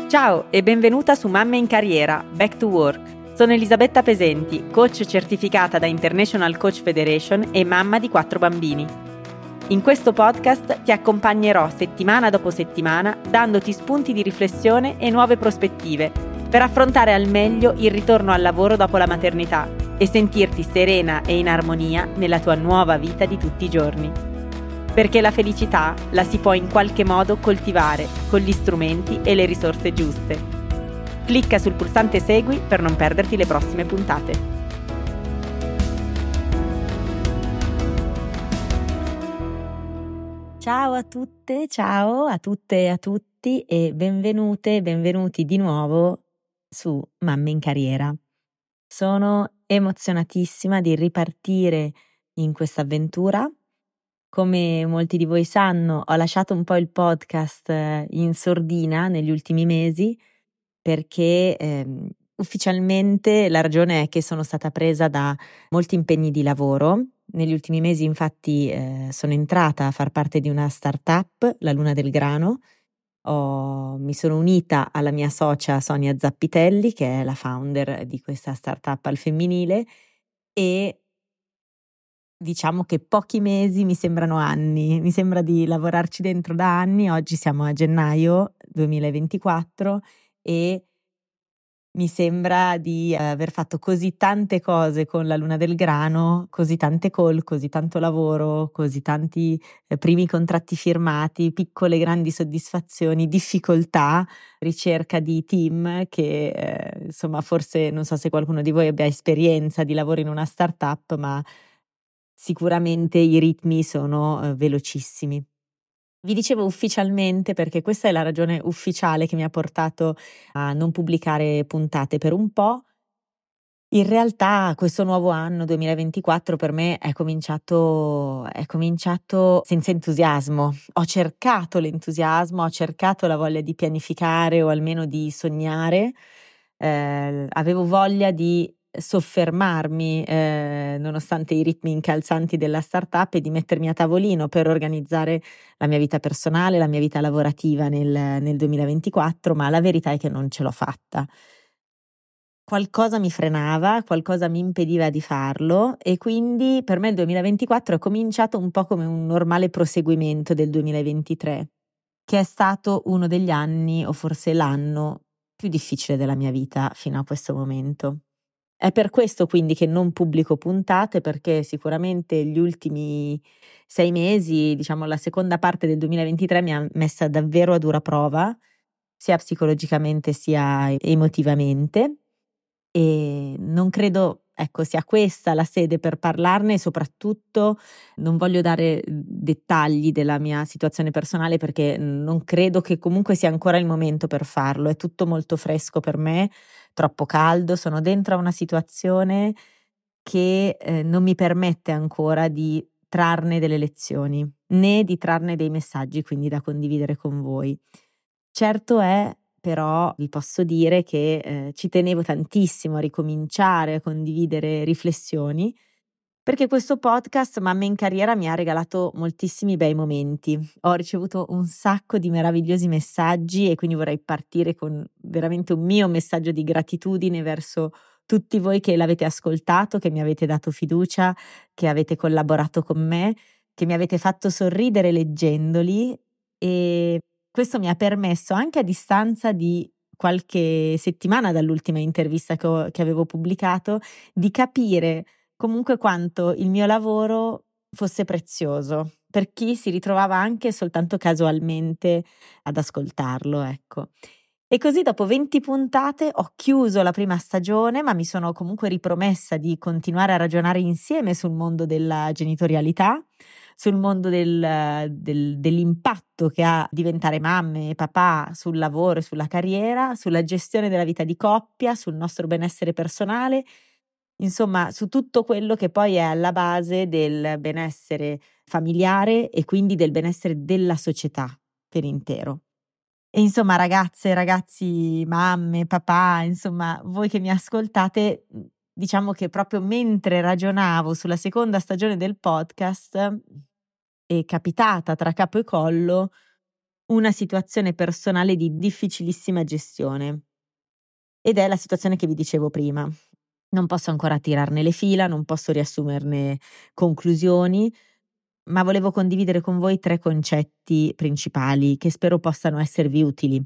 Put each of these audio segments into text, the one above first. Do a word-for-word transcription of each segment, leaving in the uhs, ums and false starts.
Ciao e benvenuta su Mamme in Carriera, Back to Work. Sono Elisabetta Pesenti, coach certificata da International Coach Federation e mamma di quattro bambini. In questo podcast ti accompagnerò settimana dopo settimana dandoti spunti di riflessione e nuove prospettive per affrontare al meglio il ritorno al lavoro dopo la maternità e sentirti serena e in armonia nella tua nuova vita di tutti i giorni. Perché la felicità la si può in qualche modo coltivare con gli strumenti e le risorse giuste. Clicca sul pulsante Segui per non perderti le prossime puntate. Ciao a tutte, ciao a tutte e a tutti e benvenute e benvenuti di nuovo su Mamme in Carriera. Sono emozionatissima di ripartire in questa avventura. Come molti di voi sanno, ho lasciato un po' il podcast in sordina negli ultimi mesi perché ehm, ufficialmente la ragione è che sono stata presa da molti impegni di lavoro. Negli ultimi mesi infatti eh, sono entrata a far parte di una startup, La Luna del Grano. Ho, mi sono unita alla mia socia Sonia Zappitelli, che è la founder di questa startup al femminile, e diciamo che pochi mesi mi sembrano anni, mi sembra di lavorarci dentro da anni. Oggi siamo a gennaio duemilaventiquattro e mi sembra di aver fatto così tante cose con La Luna del Grano, così tante call, così tanto lavoro, così tanti eh, primi contratti firmati, piccole grandi soddisfazioni, difficoltà, ricerca di team che eh, insomma forse non so se qualcuno di voi abbia esperienza di lavoro in una startup, ma sicuramente i ritmi sono eh, velocissimi. Vi dicevo ufficialmente perché questa è la ragione ufficiale che mi ha portato a non pubblicare puntate per un po'. In realtà questo nuovo anno duemilaventiquattro per me è cominciato, è cominciato senza entusiasmo. Ho cercato l'entusiasmo, ho cercato la voglia di pianificare o almeno di sognare. Eh, avevo voglia di soffermarmi eh, nonostante i ritmi incalzanti della startup e di mettermi a tavolino per organizzare la mia vita personale, la mia vita lavorativa nel, nel duemilaventiquattro, ma la verità è che non ce l'ho fatta. Qualcosa mi frenava, qualcosa mi impediva di farlo e quindi per me il duemilaventiquattro è cominciato un po' come un normale proseguimento del duemilaventitré, che è stato uno degli anni o forse l'anno più difficile della mia vita fino a questo momento. È per questo quindi che non pubblico puntate, perché sicuramente gli ultimi sei mesi, diciamo la seconda parte del duemilaventitré mi ha messa davvero a dura prova, sia psicologicamente sia emotivamente, e non credo, ecco, sia questa la sede per parlarne e soprattutto non voglio dare dettagli della mia situazione personale perché non credo che comunque sia ancora il momento per farlo, è tutto molto fresco per me, troppo caldo, sono dentro a una situazione che eh, non mi permette ancora di trarne delle lezioni, né di trarne dei messaggi quindi da condividere con voi. Certo è, però, vi posso dire che eh, ci tenevo tantissimo a ricominciare a condividere riflessioni, perché questo podcast Mamme in Carriera mi ha regalato moltissimi bei momenti. Ho ricevuto un sacco di meravigliosi messaggi e quindi vorrei partire con veramente un mio messaggio di gratitudine verso tutti voi che l'avete ascoltato, che mi avete dato fiducia, che avete collaborato con me, che mi avete fatto sorridere leggendoli, e questo mi ha permesso, anche a distanza di qualche settimana dall'ultima intervista che, ho, che avevo pubblicato, di capire comunque quanto il mio lavoro fosse prezioso per chi si ritrovava anche soltanto casualmente ad ascoltarlo, ecco. E così dopo venti puntate ho chiuso la prima stagione, ma mi sono comunque ripromessa di continuare a ragionare insieme sul mondo della genitorialità, sul mondo del, del, dell'impatto che ha diventare mamme e papà sul lavoro e sulla carriera, sulla gestione della vita di coppia, sul nostro benessere personale. Insomma, su tutto quello che poi è alla base del benessere familiare e quindi del benessere della società per intero. E insomma, ragazze, ragazzi, mamme, papà, insomma, voi che mi ascoltate, diciamo che proprio mentre ragionavo sulla seconda stagione del podcast, è capitata tra capo e collo una situazione personale di difficilissima gestione. Ed è la situazione che vi dicevo prima. Non posso ancora tirarne le fila, non posso riassumerne conclusioni, ma volevo condividere con voi tre concetti principali che spero possano esservi utili.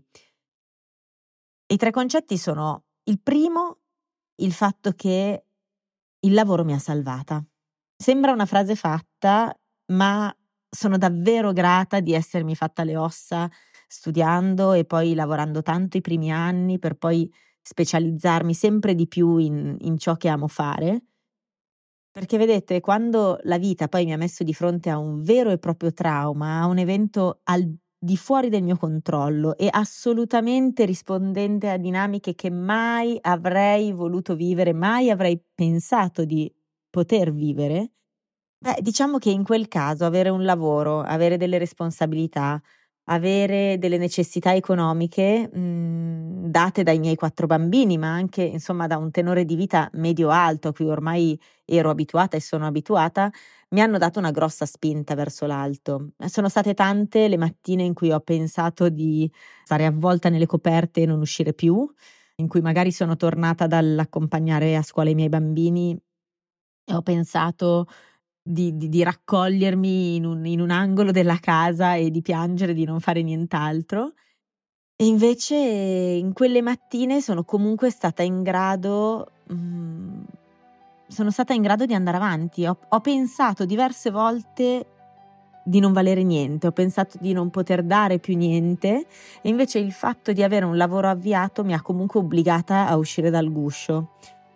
I tre concetti sono: il primo, il fatto che il lavoro mi ha salvata. Sembra una frase fatta, ma sono davvero grata di essermi fatta le ossa studiando e poi lavorando tanto i primi anni per poi specializzarmi sempre di più in in ciò che amo fare. Perché vedete, quando la vita poi mi ha messo di fronte a un vero e proprio trauma, a un evento al di fuori del mio controllo e assolutamente rispondente a dinamiche che mai avrei voluto vivere, mai avrei pensato di poter vivere, beh, diciamo che in quel caso avere un lavoro, avere delle responsabilità, avere delle necessità economiche, mhmm, date dai miei quattro bambini, ma anche insomma da un tenore di vita medio-alto a cui ormai ero abituata e sono abituata, mi hanno dato una grossa spinta verso l'alto. E sono state tante le mattine in cui ho pensato di stare avvolta nelle coperte e non uscire più, in cui magari sono tornata dall'accompagnare a scuola i miei bambini e ho pensato di di di raccogliermi in un in un angolo della casa e di piangere, di non fare nient'altro. E invece in quelle mattine sono comunque stata in grado mhmm, sono stata in grado di andare avanti. Ho ho pensato diverse volte di non valere niente, ho pensato di non poter dare più niente e invece il fatto di avere un lavoro avviato mi ha comunque obbligata a uscire dal guscio.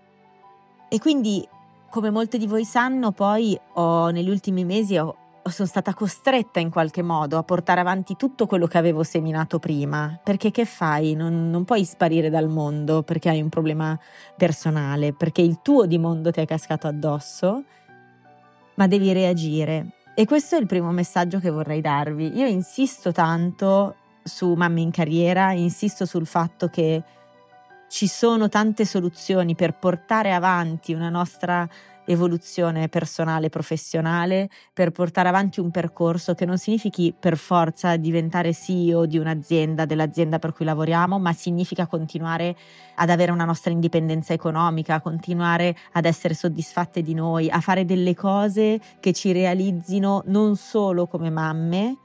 E quindi, come molti di voi sanno, poi ho negli ultimi mesi ho ho son stata costretta in qualche modo a portare avanti tutto quello che avevo seminato prima, perché che fai? Non non puoi sparire dal mondo perché hai un problema personale, perché il tuo di mondo ti è cascato addosso, ma devi reagire. E questo è il primo messaggio che vorrei darvi. Io insisto tanto su Mamme in Carriera, insisto sul fatto che ci sono tante soluzioni per portare avanti una nostra evoluzione personale e professionale, per portare avanti un percorso che non significhi per forza diventare C E O di un'azienda, dell'azienda per cui lavoriamo, ma significa continuare ad avere una nostra indipendenza economica, continuare ad essere soddisfatte di noi, a fare delle cose che ci realizzino non solo come mamme,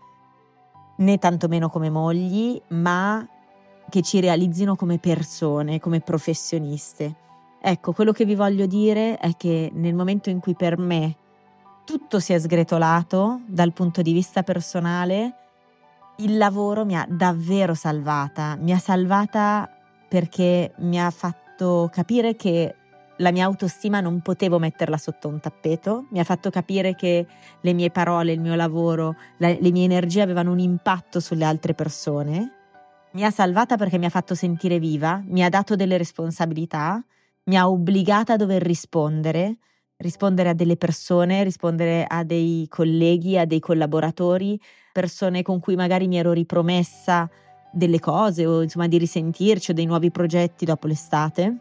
né tantomeno come mogli, ma che ci realizzino come persone, come professioniste. Ecco, quello che vi voglio dire è che nel momento in cui per me tutto si è sgretolato dal punto di vista personale, il lavoro mi ha davvero salvata. Mi ha salvata perché mi ha fatto capire che la mia autostima non potevo metterla sotto un tappeto, mi ha fatto capire che le mie parole, il mio lavoro, la, le mie energie avevano un impatto sulle altre persone. Mi ha salvata perché mi ha fatto sentire viva, mi ha dato delle responsabilità, mi ha obbligata a dover rispondere, rispondere a delle persone, rispondere a dei colleghi, a dei collaboratori, persone con cui magari mi ero ripromessa delle cose o insomma di risentirci o dei nuovi progetti dopo l'estate.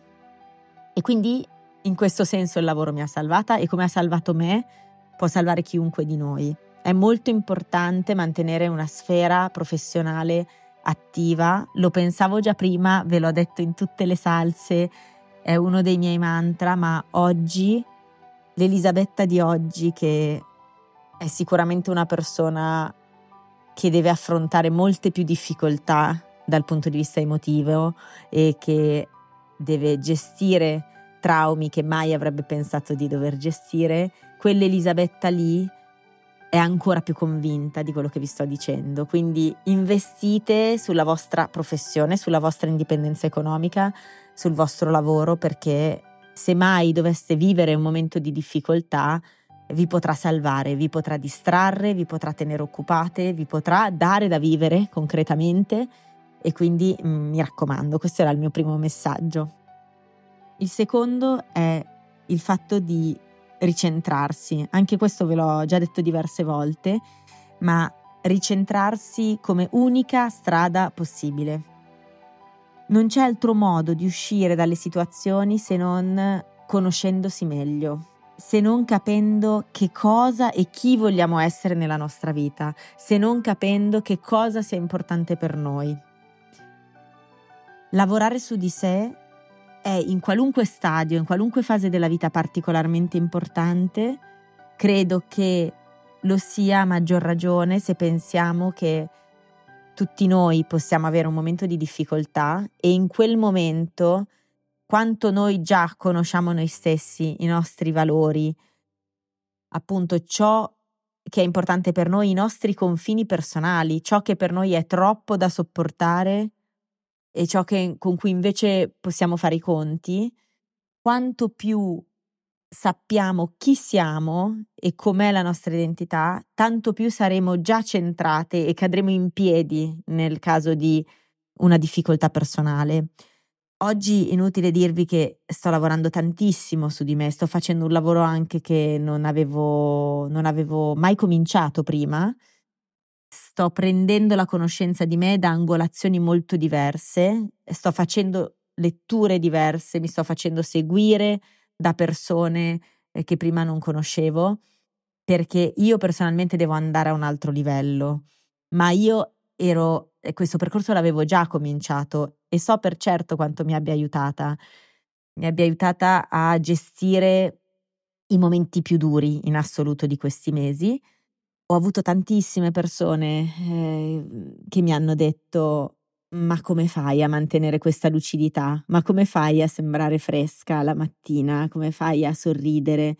E quindi in questo senso il lavoro mi ha salvata e come ha salvato me può salvare chiunque di noi. È molto importante mantenere una sfera professionale attiva, lo pensavo già prima, ve l'ho detto in tutte le salse, è uno dei miei mantra, ma oggi, l'Elisabetta di oggi, che è sicuramente una persona che deve affrontare molte più difficoltà dal punto di vista emotivo e che deve gestire traumi che mai avrebbe pensato di dover gestire, quell'Elisabetta lì è ancora più convinta di quello che vi sto dicendo. Quindi investite sulla vostra professione, sulla vostra indipendenza economica, sul vostro lavoro, perché se mai doveste vivere un momento di difficoltà vi potrà salvare, vi potrà distrarre, vi potrà tenere occupate, vi potrà dare da vivere concretamente e quindi mm, mi raccomando, questo era il mio primo messaggio. Il secondo è il fatto di ricentrarsi, anche questo ve l'ho già detto diverse volte, ma ricentrarsi come unica strada possibile. Non c'è altro modo di uscire dalle situazioni se non conoscendosi meglio. se non capendo che cosa e chi vogliamo essere nella nostra vita, se non capendo che cosa sia importante per noi. Lavorare su di sé è in qualunque stadio, in qualunque fase della vita particolarmente importante. Credo che lo sia a maggior ragione se pensiamo che tutti noi possiamo avere un momento di difficoltà e in quel momento quanto noi già conosciamo noi stessi, i nostri valori, appunto ciò che è importante per noi, i nostri confini personali, ciò che per noi è troppo da sopportare e ciò che, con cui invece possiamo fare i conti, quanto più sappiamo chi siamo e com'è la nostra identità, tanto più saremo già centrate e cadremo in piedi nel caso di una difficoltà personale. Oggi inutile dirvi che sto lavorando tantissimo su di me, sto facendo un lavoro anche che non avevo, non avevo mai cominciato prima. Sto prendendo la conoscenza di me da angolazioni molto diverse, sto facendo letture diverse, mi sto facendo seguire da persone eh, che prima non conoscevo, perché io personalmente devo andare a un altro livello, ma io ero, e questo percorso l'avevo già cominciato e so per certo quanto mi abbia aiutata, mi abbia aiutata a gestire i momenti più duri in assoluto di questi mesi. Ho avuto tantissime persone eh, che mi hanno detto: ma come fai a mantenere questa lucidità? Ma come fai a sembrare fresca la mattina? Come fai a sorridere?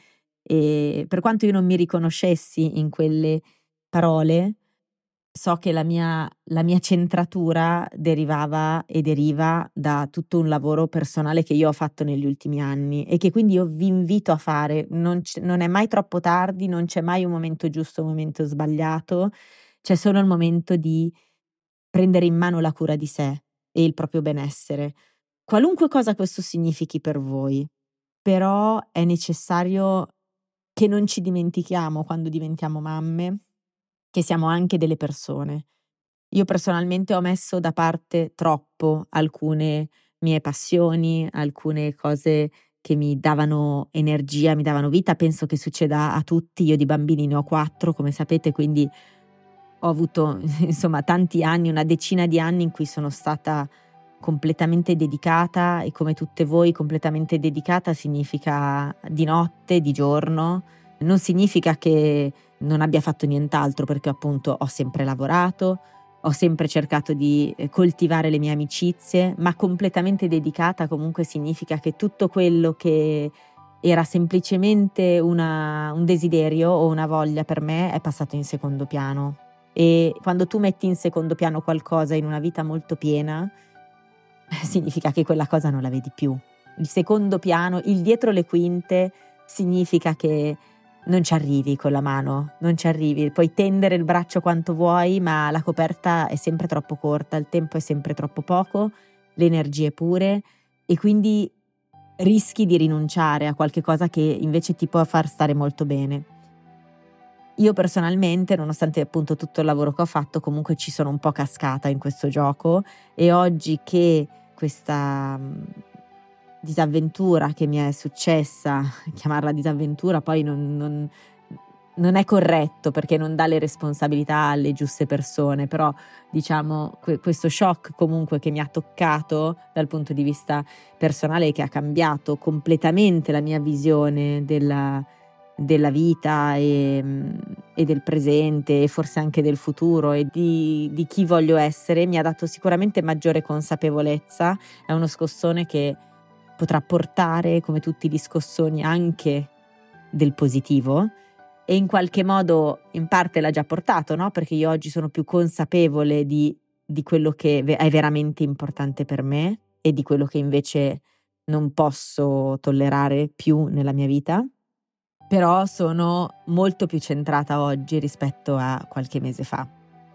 E per quanto io non mi riconoscessi in quelle parole, so che la mia, la mia centratura derivava e deriva da tutto un lavoro personale che io ho fatto negli ultimi anni e che quindi io vi invito a fare. Non, c- non è mai troppo tardi, non c'è mai un momento giusto, un momento sbagliato, c'è solo il momento di prendere in mano la cura di sé e il proprio benessere. Qualunque cosa questo significhi per voi, però è necessario che non ci dimentichiamo quando diventiamo mamme, che siamo anche delle persone. Io personalmente ho messo da parte troppo alcune mie passioni, alcune cose che mi davano energia, mi davano vita, penso che succeda a tutti. Io di bambini ne ho quattro, come sapete, quindi ho avuto insomma tanti anni, una decina di anni in cui sono stata completamente dedicata e come tutte voi completamente dedicata significa di notte, di giorno, non significa che non abbia fatto nient'altro perché appunto ho sempre lavorato, ho sempre cercato di eh, coltivare le mie amicizie, ma completamente dedicata comunque significa che tutto quello che era semplicemente una, un desiderio o una voglia per me è passato in secondo piano. E quando tu metti in secondo piano qualcosa in una vita molto piena, significa che quella cosa non la vedi più. Il secondo piano, il dietro le quinte, significa che non ci arrivi con la mano, non ci arrivi. Puoi tendere il braccio quanto vuoi, ma la coperta è sempre troppo corta, il tempo è sempre troppo poco, le energie pure, e quindi rischi di rinunciare a qualche cosa che invece ti può far stare molto bene. Io personalmente, nonostante appunto tutto il lavoro che ho fatto, comunque ci sono un po' cascata in questo gioco e oggi che questa mh, disavventura che mi è successa, chiamarla disavventura poi non, non, non è corretto perché non dà le responsabilità alle giuste persone, però diciamo que- questo shock comunque che mi ha toccato dal punto di vista personale, che ha cambiato completamente la mia visione della della vita e, e del presente e forse anche del futuro e di, di chi voglio essere, mi ha dato sicuramente maggiore consapevolezza. È uno scossone che potrà portare, come tutti gli scossoni, anche del positivo e in qualche modo in parte l'ha già portato, no? Perché io oggi sono più consapevole di, di quello che è veramente importante per me e di quello che invece non posso tollerare più nella mia vita. Però sono molto più centrata oggi rispetto a qualche mese fa.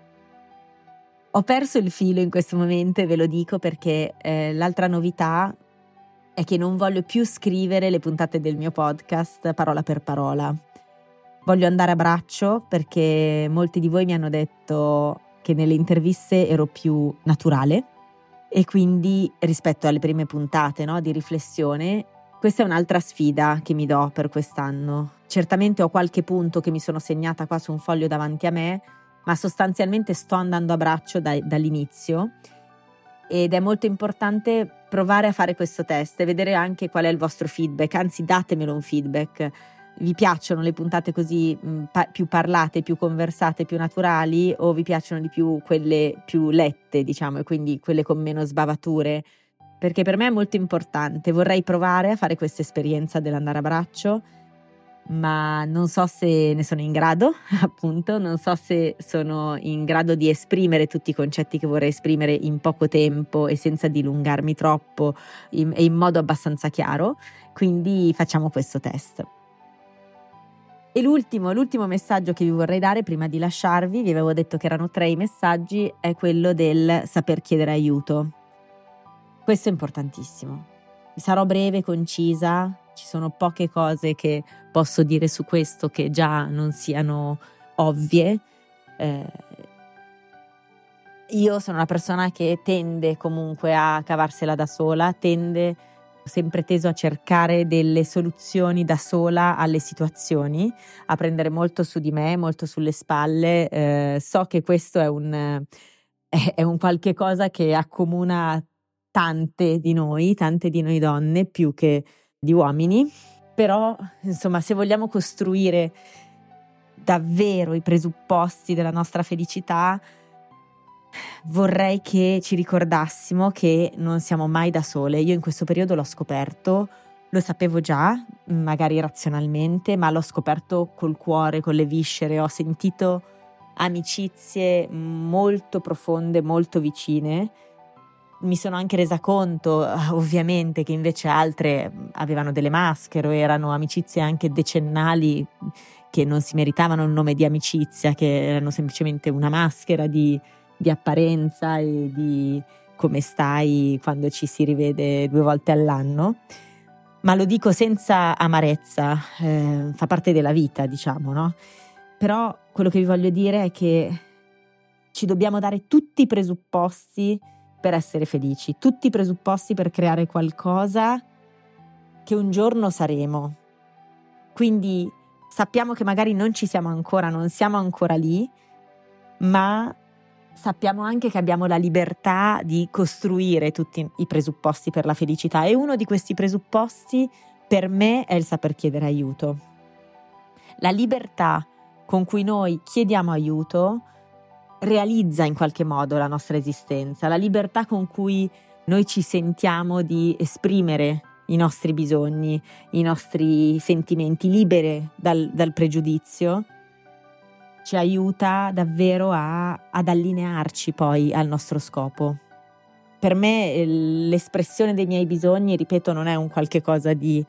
Ho perso il filo in questo momento e ve lo dico perché eh, l'altra novità è che non voglio più scrivere le puntate del mio podcast parola per parola. Voglio andare a braccio perché molti di voi mi hanno detto che nelle interviste ero più naturale e quindi rispetto alle prime puntate, no, di riflessione Questa è un'altra sfida che mi do per quest'anno. Certamente ho qualche punto che mi sono segnata qua su un foglio davanti a me, ma sostanzialmente sto andando a braccio da, dall'inizio, ed è molto importante provare a fare questo test e vedere anche qual è il vostro feedback, anzi datemelo un feedback. Vi piacciono le puntate così mh, pa- più parlate, più conversate, più naturali, o vi piacciono di più quelle più lette, diciamo, e quindi quelle con meno sbavature? Perché per me è molto importante, vorrei provare a fare questa esperienza dell'andare a braccio, ma non so se ne sono in grado, appunto, non so se sono in grado di esprimere tutti i concetti che vorrei esprimere in poco tempo e senza dilungarmi troppo in, e in modo abbastanza chiaro, quindi facciamo questo test. E l'ultimo, l'ultimo messaggio che vi vorrei dare prima di lasciarvi, vi avevo detto che erano tre i messaggi, è quello del saper chiedere aiuto. Questo è importantissimo. Sarò breve, concisa, ci sono poche cose che posso dire su questo che già non siano ovvie. Eh, io sono una persona che tende comunque a cavarsela da sola, tende sempre teso a cercare delle soluzioni da sola alle situazioni, a prendere molto su di me, molto sulle spalle. Eh, so che questo è un, è, è un qualche cosa che accomuna tante di noi, tante di noi donne più che di uomini, però insomma se vogliamo costruire davvero i presupposti della nostra felicità, vorrei che ci ricordassimo che non siamo mai da sole. Io in questo periodo l'ho scoperto, lo sapevo già, magari razionalmente, ma l'ho scoperto col cuore, con le viscere, ho sentito amicizie molto profonde, molto vicine. Mi sono anche resa conto, ovviamente, che invece altre avevano delle maschere o erano amicizie anche decennali che non si meritavano il nome di amicizia, che erano semplicemente una maschera di, di apparenza e di come stai quando ci si rivede due volte all'anno. Ma lo dico senza amarezza, eh, fa parte della vita, diciamo, no? Però quello che vi voglio dire è che ci dobbiamo dare tutti i presupposti per essere felici, tutti i presupposti per creare qualcosa che un giorno saremo. Quindi sappiamo che magari non ci siamo ancora, non siamo ancora lì, ma sappiamo anche che abbiamo la libertà di costruire tutti i presupposti per la felicità, e uno di questi presupposti per me è il saper chiedere aiuto. La libertà con cui noi chiediamo aiuto realizza in qualche modo la nostra esistenza, la libertà con cui noi ci sentiamo di esprimere i nostri bisogni, i nostri sentimenti, libere dal, dal pregiudizio, ci aiuta davvero a, ad allinearci poi al nostro scopo. Per me l'espressione dei miei bisogni, ripeto, non è un qualche cosa di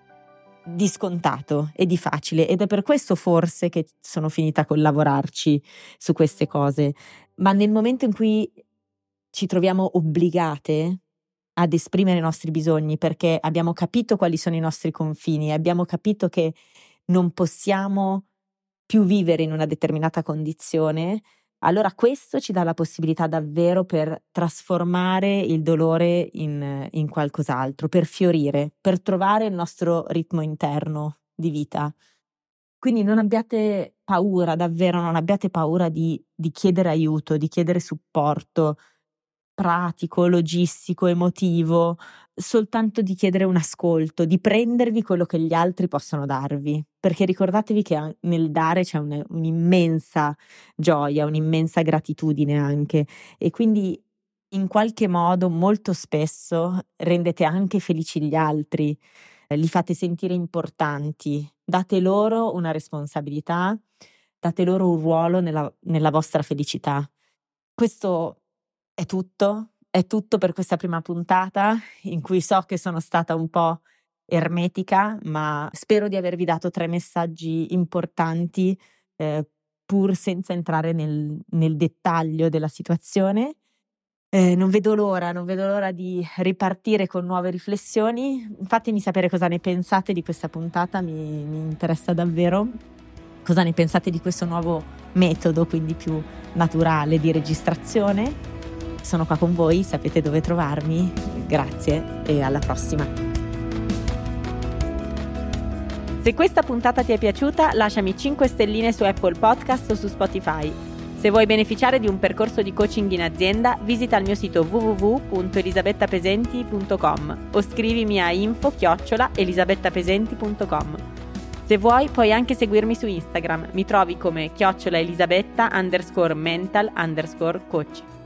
di scontato e di facile, ed è per questo forse che sono finita col lavorarci su queste cose. Ma nel momento in cui ci troviamo obbligate ad esprimere i nostri bisogni perché abbiamo capito quali sono i nostri confini, abbiamo capito che non possiamo più vivere in una determinata condizione, allora questo ci dà la possibilità davvero per trasformare il dolore in, in qualcos'altro, per fiorire, per trovare il nostro ritmo interno di vita. Quindi non abbiate paura, davvero non abbiate paura di, di chiedere aiuto, di chiedere supporto pratico, logistico, emotivo, soltanto di chiedere un ascolto, di prendervi quello che gli altri possono darvi, perché ricordatevi che nel dare c'è un, un'immensa gioia, un'immensa gratitudine anche, e quindi in qualche modo molto spesso rendete anche felici gli altri, li fate sentire importanti, date loro una responsabilità, date loro un ruolo nella, nella vostra felicità. Questo è tutto, è tutto per questa prima puntata in cui so che sono stata un po' ermetica, ma spero di avervi dato tre messaggi importanti, eh, pur senza entrare nel, nel dettaglio della situazione. Eh, non vedo l'ora, non vedo l'ora di ripartire con nuove riflessioni. Fatemi sapere cosa ne pensate di questa puntata, mi, mi interessa davvero. Cosa ne pensate di questo nuovo metodo, quindi più naturale, di registrazione? Sono qua con voi, sapete dove trovarmi. Grazie e alla prossima. Se questa puntata ti è piaciuta, lasciami cinque stelline su Apple Podcast o su Spotify. Se vuoi beneficiare di un percorso di coaching in azienda, visita il mio sito w w w punto elisabettapesenti punto com o scrivimi a info chiocciola elisabettapesenti punto com. Se vuoi, puoi anche seguirmi su Instagram. Mi trovi come chiocciola elisabetta underscore mental underscore coach.